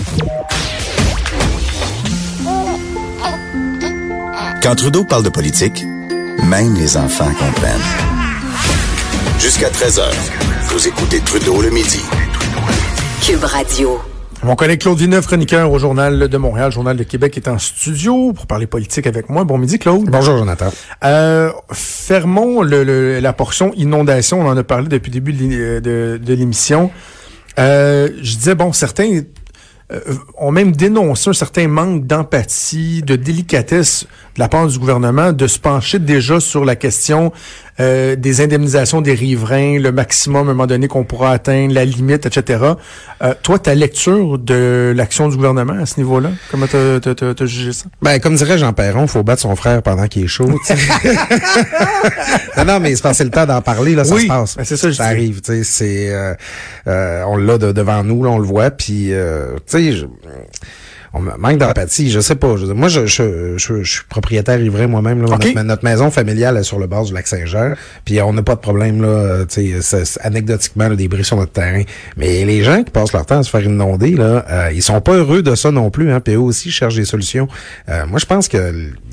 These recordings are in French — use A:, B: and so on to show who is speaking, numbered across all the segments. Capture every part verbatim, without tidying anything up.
A: Quand Trudeau parle de politique, même les enfants comprennent. Jusqu'à treize heures, vous écoutez Trudeau le midi.
B: Cube Radio.
C: Mon collègue Claude Villeneuve, chroniqueur au Journal de Montréal, Journal de Québec, est en studio pour parler politique avec moi. Bon midi, Claude.
D: Bonjour, Jonathan.
C: Euh, fermons le, le, la portion inondation. On en a parlé depuis le début de, de, de l'émission. Euh, je disais, bon, certains euh, ont même dénoncé un certain manque d'empathie, de délicatesse de la part du gouvernement de se pencher déjà sur la question euh, des indemnisations des riverains, le maximum à un moment donné qu'on pourra atteindre, la limite, et cetera. Euh, toi, ta lecture de l'action du gouvernement à ce niveau-là, comment t'as, t'as, t'as, t'as jugé ça?
D: Ben, comme dirait Jean Perron, faut battre son frère pendant qu'il est chaud. non, non, mais c'est passé le temps d'en parler, là, ça
C: oui,
D: se passe.
C: Ben c'est ça, je
D: ça arrive, tu sais, c'est, euh, euh, on l'a de, devant nous, là, on le voit, puis, euh, tu sais, je... on manque d'empathie, je sais pas. Je, moi, je, je, je, je suis propriétaire riverain moi-même. Là,
C: okay.
D: notre, notre maison familiale est sur le bord du lac Saint-Jean, puis on n'a pas de problème là. Tu sais, anecdotiquement, là, des bris sur notre terrain. Mais les gens qui passent leur temps à se faire inonder, là, euh, ils sont pas heureux de ça non plus. Hein, puis eux aussi cherchent des solutions. Euh, moi, je pense que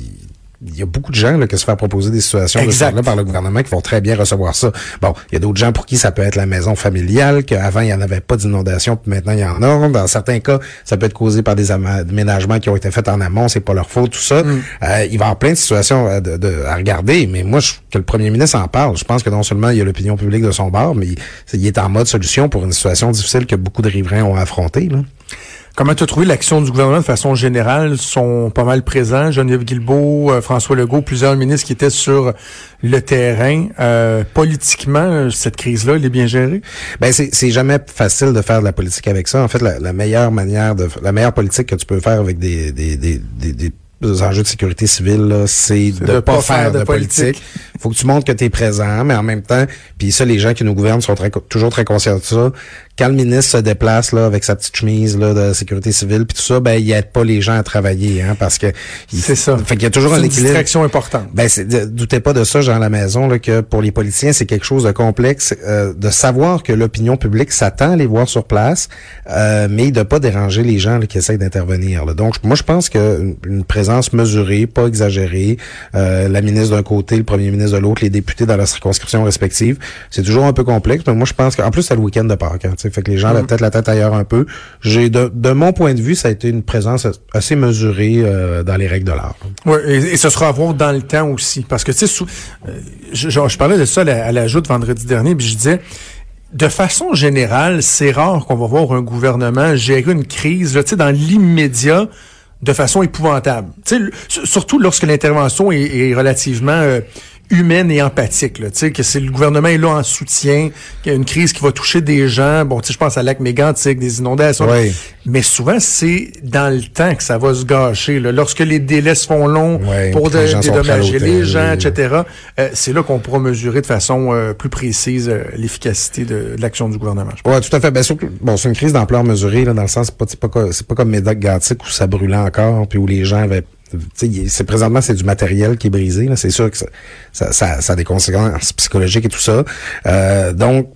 D: il y a beaucoup de gens là, qui se font proposer des situations de ce genre-là par le gouvernement qui vont très bien recevoir ça. Bon, il y a d'autres gens pour qui ça peut être la maison familiale, qu'avant il n'y en avait pas d'inondation, puis maintenant il y en a. Dans certains cas, ça peut être causé par des aménagements qui ont été faits en amont, c'est pas leur faute, tout ça. Mm. Euh, il va y avoir plein de situations à, de, de, à regarder, mais moi, je, que le premier ministre en parle, je pense que non seulement il y a l'opinion publique de son bord, mais il, il est en mode solution pour une situation difficile que beaucoup de riverains ont affrontée, là.
C: Comment tu as trouvé l'action du gouvernement de façon générale? Sont pas mal présents. Geneviève Guilbeault, euh, François Legault, plusieurs ministres qui étaient sur le terrain. Euh, politiquement, cette crise-là, elle est bien gérée?
D: Ben, c'est, c'est jamais facile de faire de la politique avec ça. En fait, la, la meilleure manière de, la meilleure politique que tu peux faire avec des, des, des, des, des les enjeux de sécurité civile, là, c'est, c'est de, de pas, pas faire, faire de, de politique. politique. Faut que tu montres que tu es présent, mais en même temps, puis ça, les gens qui nous gouvernent sont très, toujours très conscients de ça. Quand le ministre se déplace là avec sa petite chemise là de sécurité civile puis tout ça, ben il aide pas les gens à travailler, hein, parce que il,
C: c'est ça.
D: Fait qu'il y a toujours
C: c'est
D: un
C: une
D: équilibre.
C: Distraction importante.
D: Ben c'est, doutez pas de ça, Jean, à la maison là, que pour les politiciens c'est quelque chose de complexe euh, de savoir que l'opinion publique s'attend à les voir sur place, euh, mais de pas déranger les gens là, qui essayent d'intervenir. Là. Donc moi je pense que une, une présence mesurée, pas exagérée, euh, la ministre d'un côté, le premier ministre de l'autre, les députés dans leurs circonscriptions respectives, c'est toujours un peu complexe. Mais moi je pense qu'en plus c'est le week-end de Pâques, hein, fait que les gens avaient peut-être la tête ailleurs un peu. J'ai de, de mon point de vue, ça a été une présence assez mesurée euh, dans les règles de l'art.
C: Oui, et, et ce sera à voir dans le temps aussi. Parce que, tu sais, sou, euh, je, je parlais de ça à la, à la joute vendredi dernier, puis je disais, de façon générale, c'est rare qu'on va voir un gouvernement gérer une crise, là, tu sais, dans l'immédiat, de façon épouvantable. Tu sais, surtout lorsque l'intervention est, est relativement euh, humaine et empathique, là, tu sais, que c'est le gouvernement est là en soutien, qu'il y a une crise qui va toucher des gens, bon, tu sais, je pense à lac Mégantic, des inondations,
D: oui.
C: Mais souvent, c'est dans le temps que ça va se gâcher, là, lorsque les délais se font longs oui, pour de, dédommager les gens, et cetera, euh, c'est là qu'on pourra mesurer de façon euh, plus précise euh, l'efficacité de, de l'action du gouvernement.
D: Oui, tout à fait. Ben, surtout, bon, c'est une crise d'ampleur mesurée, là, dans le sens, c'est pas, c'est pas, c'est pas comme Mégantic où ça brûlait encore, puis où les gens avaient T'sais, c'est présentement c'est du matériel qui est brisé, là. C'est sûr que ça, ça, ça, ça a des conséquences psychologiques et tout ça. Euh, donc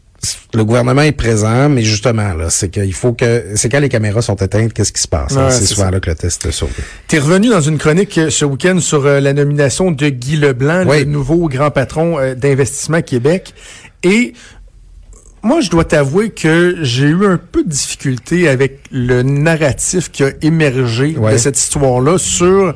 D: le gouvernement est présent, mais justement là, c'est qu'il faut que c'est quand les caméras sont éteintes, qu'est-ce qui se passe. Ouais, c'est, c'est souvent ça. Là que le test est sauvé.
C: T'es revenu dans une chronique ce week-end sur euh, la nomination de Guy Leblanc, oui. le nouveau grand patron euh, d'Investissement Québec, et moi, je dois t'avouer que j'ai eu un peu de difficulté avec le narratif qui a émergé ouais. de cette histoire-là sur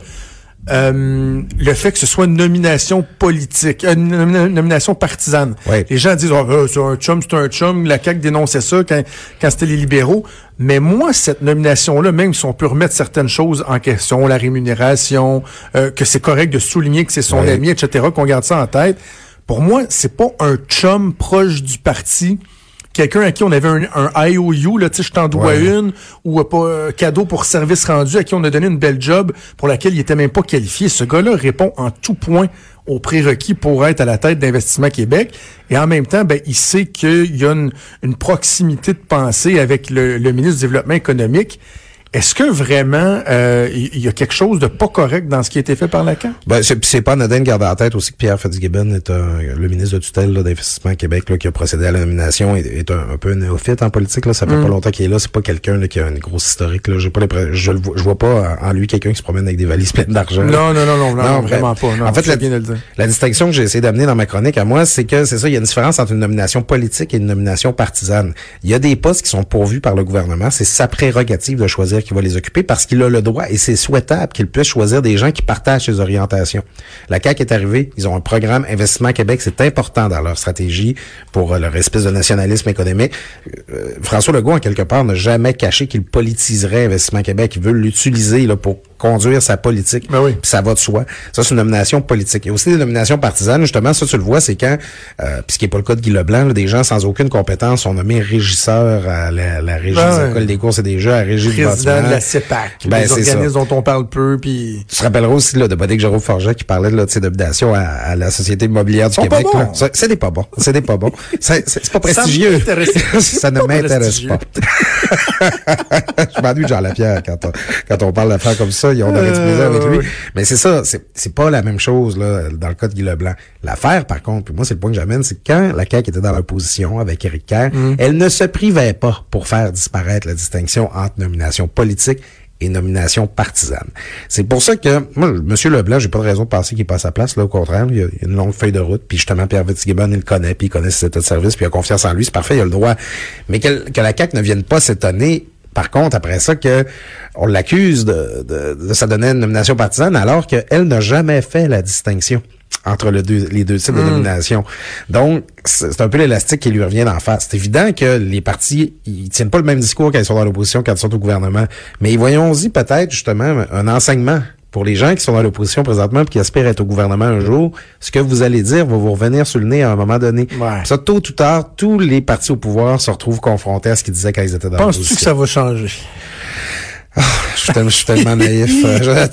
C: euh, le fait que ce soit une nomination politique, une nomination partisane. Ouais. Les gens disent oh, « c'est un chum, c'est un chum », la C A Q dénonçait ça quand, quand c'était les libéraux. Mais moi, cette nomination-là, même si on peut remettre certaines choses en question, la rémunération, euh, que c'est correct de souligner que c'est son ouais. ami, et cetera, qu'on garde ça en tête, pour moi, c'est pas un chum proche du parti, quelqu'un à qui on avait un, un I O U, là, tu sais, je t'en dois ouais. une, ou euh, pas euh, cadeau pour service rendu, à qui on a donné une belle job pour laquelle il était même pas qualifié. Ce gars-là répond en tout point aux prérequis pour être à la tête d'Investissement Québec. Et en même temps, ben, il sait qu'il y a une, une proximité de pensée avec le, le ministre du Développement économique. Est-ce que vraiment euh, il y a quelque chose de pas correct dans ce qui a été fait par la C A Q?
D: Ben, c'est, c'est pas anodin de garder en tête aussi que Pierre Fitzgibbon est un, le ministre de tutelle là, d'Investissement Québec là, qui a procédé à la nomination, est, est un, un peu néophyte en politique. Là. Ça fait mm. pas longtemps qu'il est là. C'est pas quelqu'un là, qui a une grosse historique. Là. J'ai pas je, le vois, je vois pas en lui quelqu'un qui se promène avec des valises pleines d'argent.
C: Non, non, non, non, non, non vraiment pas. Non,
D: en fait, la, la distinction que j'ai essayé d'amener dans ma chronique à moi, c'est que c'est ça, il y a une différence entre une nomination politique et une nomination partisane. Il y a des postes qui sont pourvus par le gouvernement. C'est sa prérogative de choisir qui va les occuper parce qu'il a le droit et c'est souhaitable qu'il puisse choisir des gens qui partagent ses orientations. La C A Q est arrivée, ils ont un programme Investissement Québec, c'est important dans leur stratégie pour euh, leur espèce de nationalisme économique. Euh, François Legault, en quelque part, n'a jamais caché qu'il politiserait Investissement Québec. Il veut l'utiliser là pour conduire sa politique.
C: Ben oui.
D: Puis ça va de soi. Ça, c'est une nomination politique. Il y a aussi des nominations partisanes. Justement, ça, tu le vois, c'est quand, euh, puis ce qui n'est pas le cas de Guy Leblanc, là, des gens sans aucune compétence sont nommés régisseurs à la, la régie ben des écoles des courses et des jeux, à la régie du bâtiment.
C: Président de la C E P A C,
D: ben,
C: des organismes dont on parle peu. Puis
D: tu te rappelleras aussi là, de Bodic Jérôme Forget qui parlait là, de ses nominations à, à la Société immobilière du Québec.
C: Bon.
D: Là. Ça, c'est des pas bons. C'est des pas bons. C'est, c'est, c'est pas prestigieux. Ça, ça ne m'intéresse pas. Je m'ennuie de Jean Lapierre quand on, quand on parle d'affaires comme ça. Ils ont donné du plaisir avec lui. Mais c'est ça, c'est, c'est pas la même chose là dans le cas de Guy Leblanc. L'affaire, par contre, puis moi, c'est le point que j'amène, c'est que quand la C A Q était dans l'opposition avec Éric Kerr, mmh. elle ne se privait pas pour faire disparaître la distinction entre nomination politique et nomination partisane. C'est pour ça que, moi, M. Leblanc, j'ai pas de raison de penser qu'il est pas à sa place, là, au contraire, il y a une longue feuille de route, puis justement, Pierre Fitzgibbon, il le connaît, puis il connaît ses états de service, puis il a confiance en lui, c'est parfait, il a le droit. Mais que, que la C A Q ne vienne pas s'étonner, par contre, après ça, que on l'accuse de, de, de s'adonner une nomination partisane, alors qu'elle n'a jamais fait la distinction entre le deux, les deux types mmh. de nomination. Donc, c'est, c'est un peu l'élastique qui lui revient d'en face. C'est évident que les partis, ils tiennent pas le même discours quand ils sont dans l'opposition, quand ils sont au gouvernement. Mais voyons-y peut-être, justement, un enseignement pour les gens qui sont dans l'opposition présentement et qui espèrent être au gouvernement un jour. Ce que vous allez dire va vous revenir sur le nez à un moment donné.
C: Ouais.
D: Ça, tôt ou tard, tous les partis au pouvoir se retrouvent confrontés à ce qu'ils disaient quand ils étaient dans l'opposition.
C: Penses-tu que ça va changer?
D: Oh, je, suis tellement, je suis tellement naïf. Euh,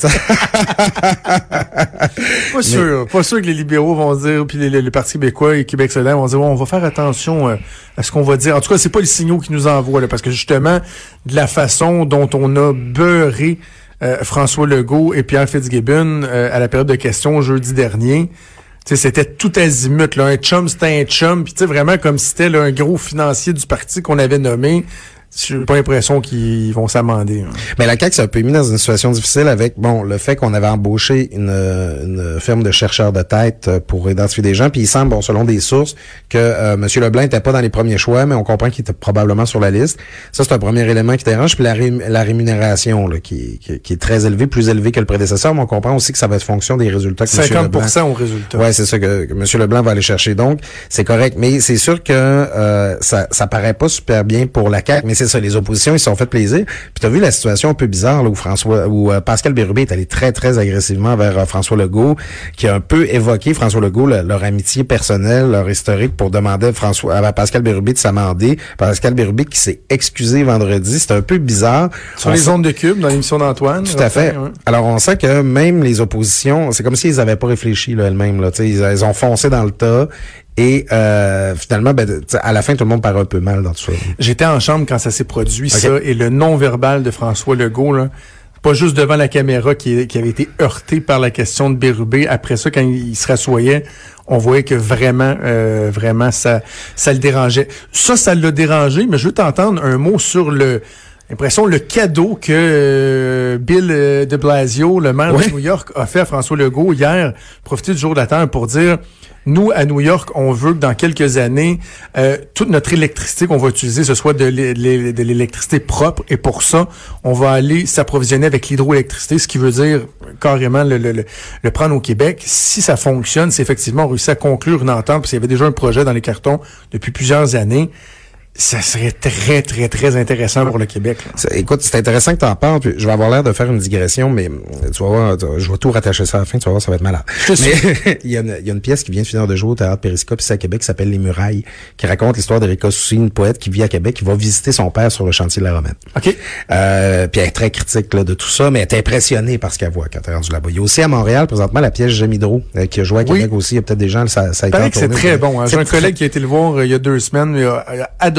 C: pas sûr. Mais... Pas sûr que les libéraux vont dire, puis les, les, les partis québécois et Québec solidaire vont dire, bon, on va faire attention euh, à ce qu'on va dire. En tout cas, c'est pas les signaux qui nous envoient, là, parce que justement, de la façon dont on a beurré euh, François Legault et Pierre Fitzgibbon euh, à la période de questions jeudi dernier, t'sais, c'était tout azimut, là. Un chum, c'était un chum, puis tu sais, vraiment comme si c'était là, un gros financier du parti qu'on avait nommé. J'ai pas l'impression qu'ils vont s'amender. Hein.
D: Mais la C A Q s'est un peu mis dans une situation difficile avec, bon, le fait qu'on avait embauché une, une firme de chercheurs de tête pour identifier des gens, puis il semble, bon, selon des sources, que euh, M. Leblanc était pas dans les premiers choix, mais on comprend qu'il était probablement sur la liste. Ça, c'est un premier élément qui dérange. Puis la, ré, la rémunération, là, qui, qui, qui est très élevée, plus élevée que le prédécesseur, mais on comprend aussi que ça va être fonction des résultats que
C: cinquante pour cent au résultat.
D: Ouais, c'est ça que, que M. Leblanc va aller chercher. Donc, c'est correct. Mais c'est sûr que euh, ça, ça paraît pas super bien pour la C A Q, mais c'est ça, les oppositions, ils se sont fait plaisir. Puis t'as vu la situation un peu bizarre là où François, où euh, Pascal Bérubé est allé très très agressivement vers euh, François Legault, qui a un peu évoqué François Legault le, leur amitié personnelle, leur historique pour demander à François, à Pascal Bérubé de s'amender. Pascal Bérubé qui s'est excusé vendredi, c'est un peu bizarre.
C: Sur on les sait... ondes de Cube dans l'émission d'Antoine.
D: Tout à fait. Ouais. Alors on sait que même les oppositions, c'est comme s'ils avaient pas réfléchi là elles-mêmes là. Tu sais, ils, ils ont foncé dans le tas. Et euh, finalement, ben, à la fin, tout le monde paraît un peu mal dans tout ça.
C: J'étais en chambre quand ça s'est produit, okay. ça, et le non-verbal de François Legault, là, pas juste devant la caméra qui, qui avait été heurté par la question de Bérubé. Après ça, quand il se rassoyait, on voyait que vraiment, euh, vraiment, ça, ça le dérangeait. Ça, ça l'a dérangé, mais je veux t'entendre un mot sur le... L'impression, le cadeau que euh, Bill euh, de Blasio, le maire oui. de New York, a fait à François Legault hier, profiter du jour de la Terre pour dire, nous, à New York, on veut que dans quelques années, euh, toute notre électricité qu'on va utiliser, ce soit de, l'é- de l'électricité propre, et pour ça, on va aller s'approvisionner avec l'hydroélectricité, ce qui veut dire carrément le, le, le, le prendre au Québec. Si ça fonctionne, c'est effectivement, on réussit à conclure une entente, parce qu'il y avait déjà un projet dans les cartons depuis plusieurs années. Ça serait très, très, très intéressant pour le Québec.
D: C'est, écoute, c'est intéressant que tu en parles. Puis je vais avoir l'air de faire une digression, mais tu vas voir, je vais tout rattacher ça à la fin, tu vas voir, ça va être malade. Mais il y a une, il y a une pièce qui vient de finir de jouer au Théâtre Périscope, ici à Québec, qui s'appelle Les Murailles, qui raconte l'histoire d'Erika Soucy, une poète qui vit à Québec, qui va visiter son père sur le chantier de la Romaine.
C: OK.
D: Euh, puis elle est très critique là, de tout ça, mais elle est impressionnée par ce qu'elle voit quand elle est rendue là-bas. Il y a aussi à Montréal, présentement, la pièce J'aime Hydro, euh, qui a joué à Québec oui. aussi. Il y a peut-être des gens, ça, ça a été
C: que c'est très bon. Hein. J'ai un collègue qui a été le voir euh, il y a deux semaines, il a, il a adoré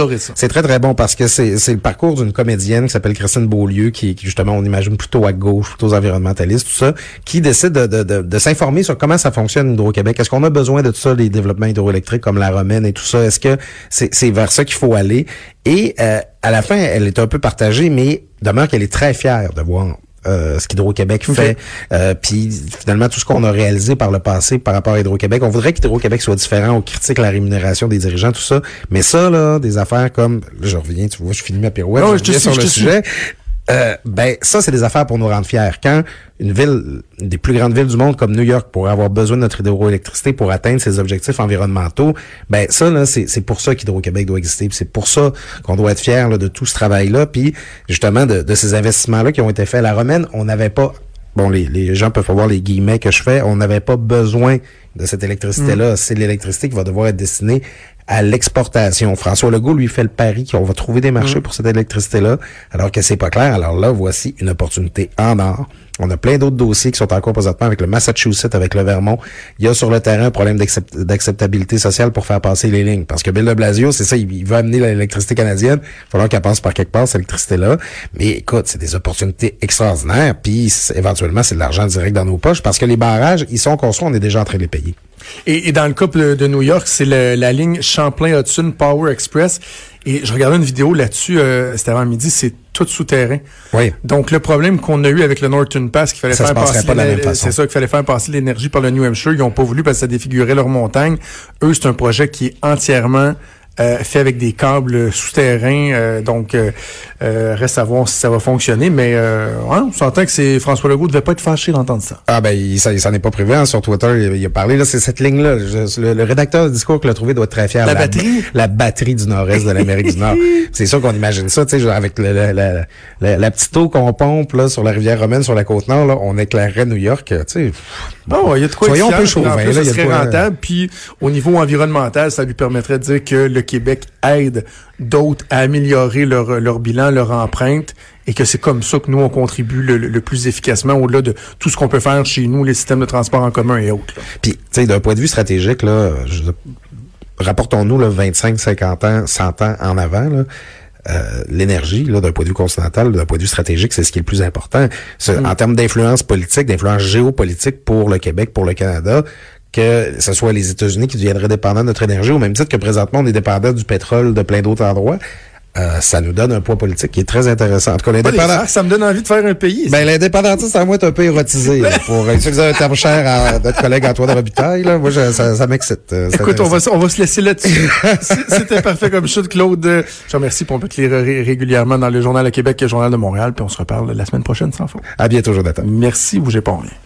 C: j'adorais ça.
D: C'est très, très bon parce que c'est, c'est le parcours d'une comédienne qui s'appelle Christine Beaulieu, qui, qui justement, on imagine plutôt à gauche, plutôt environnementaliste, tout ça, qui décide de, de, de, de s'informer sur comment ça fonctionne Hydro-Québec. Est-ce qu'on a besoin de tout ça, les développements hydroélectriques comme la Romaine et tout ça? Est-ce que c'est, c'est vers ça qu'il faut aller? Et euh, à la fin, elle est un peu partagée, mais demeure qu'elle est très fière de voir Euh, ce qu'Hydro-Québec fait, okay. euh, puis finalement tout ce qu'on a réalisé par le passé par rapport à Hydro-Québec. On voudrait qu'Hydro-Québec soit différent, on critique la rémunération des dirigeants, tout ça, mais ça, là, des affaires comme, là, je reviens, tu vois, je finis ma pirouette, non, je reviens sur le sujet, euh, ben ça, c'est des affaires pour nous rendre fiers. Quand une ville, une des plus grandes villes du monde comme New York pourrait avoir besoin de notre hydroélectricité pour atteindre ses objectifs environnementaux, ben ça, là, c'est, c'est pour ça qu'Hydro-Québec doit exister, puis c'est pour ça qu'on doit être fiers là, de tout ce travail-là, puis justement de, de ces investissements-là qui ont été faits. La Romaine, on n'avait pas, bon, les, les gens peuvent voir les guillemets que je fais, on n'avait pas besoin de cette électricité-là. Mmh. C'est l'électricité qui va devoir être destinée à l'exportation. François Legault, lui, fait le pari qu'on va trouver des marchés mmh. pour cette électricité-là, alors que c'est pas clair. Alors là, voici une opportunité en or. On a plein d'autres dossiers qui sont en cours présentement avec le Massachusetts, avec le Vermont. Il y a sur le terrain un problème d'accept- d'acceptabilité sociale pour faire passer les lignes. Parce que Bill de Blasio, c'est ça, il, il veut amener l'électricité canadienne. Il va falloir qu'elle passe par quelque part, cette électricité-là. Mais écoute, c'est des opportunités extraordinaires. Puis éventuellement, c'est de l'argent direct dans nos poches parce que les barrages, ils sont construits, on est déjà en train de les payer.
C: Et, et dans le cas de New York, c'est le, la ligne Champlain-Hudson Power Express. Et je regardais une vidéo là-dessus, euh, c'était avant midi, c'est tout souterrain.
D: Oui.
C: Donc le problème qu'on a eu avec le Norton Pass, qu'il fallait
D: ça
C: faire passer,
D: pas de la même façon.
C: C'est ça qu'il fallait faire passer l'énergie par le New Hampshire, ils n'ont pas voulu parce que ça défigurait leur montagne. Eux, c'est un projet qui est entièrement Euh, fait avec des câbles souterrains, euh, donc euh, euh, reste à voir si ça va fonctionner, mais euh, ouais, on s'entend que c'est François Legault devait pas être fâché d'entendre ça.
D: Ah ben il, ça, il s'en est pas privé, hein, sur Twitter, il, il a parlé là, c'est cette ligne-là. Je, le, le rédacteur du discours qu'il a trouvé doit être très fier.
C: La, la batterie,
D: la batterie du Nord-Est de l'Amérique du Nord. C'est sûr qu'on imagine ça, tu sais, avec le, le, la, la, la petite eau qu'on pompe là sur la rivière Romaine, sur la côte nord, là, on éclairerait New York, tu sais.
C: Bon, il y a de quoi.
D: Soyons un peu chauvins, là,
C: ça
D: il y a
C: serait
D: de quoi,
C: rentable. Puis au niveau environnemental, ça lui permettrait de dire que le Québec aide d'autres à améliorer leur, leur bilan, leur empreinte, et que c'est comme ça que nous, on contribue le, le plus efficacement au-delà de tout ce qu'on peut faire chez nous, les systèmes de transport en commun et autres. Là.
D: Puis, tu sais, d'un point de vue stratégique, là, je, rapportons-nous là, vingt-cinq, cinquante ans, cent ans en avant, là, Euh, l'énergie, là, d'un point de vue continental, d'un point de vue stratégique, c'est ce qui est le plus important. C'est, mm. En termes d'influence politique, d'influence géopolitique pour le Québec, pour le Canada, que ce soit les États-Unis qui deviendraient dépendants de notre énergie, au même titre que présentement on est dépendant du pétrole de plein d'autres endroits. Euh, ça nous donne un poids politique qui est très intéressant. En tout cas, l'indépendant...
C: Ça me donne envie de faire un pays.
D: Ben, l'indépendantiste, à moi, est un peu érotisé, là, pour utiliser un terme cher à notre collègue Antoine Robitaille, là. Moi, je, ça, ça m'excite. Euh,
C: Écoute, on va, on va se laisser là-dessus. C'était parfait comme chute, Claude. Je te remercie, puis on peut te lire régulièrement dans le Journal de Québec et le Journal de Montréal, puis on se reparle la semaine prochaine, sans faute.
D: À bientôt, Jonathan.
C: Merci, bougez pas, rien.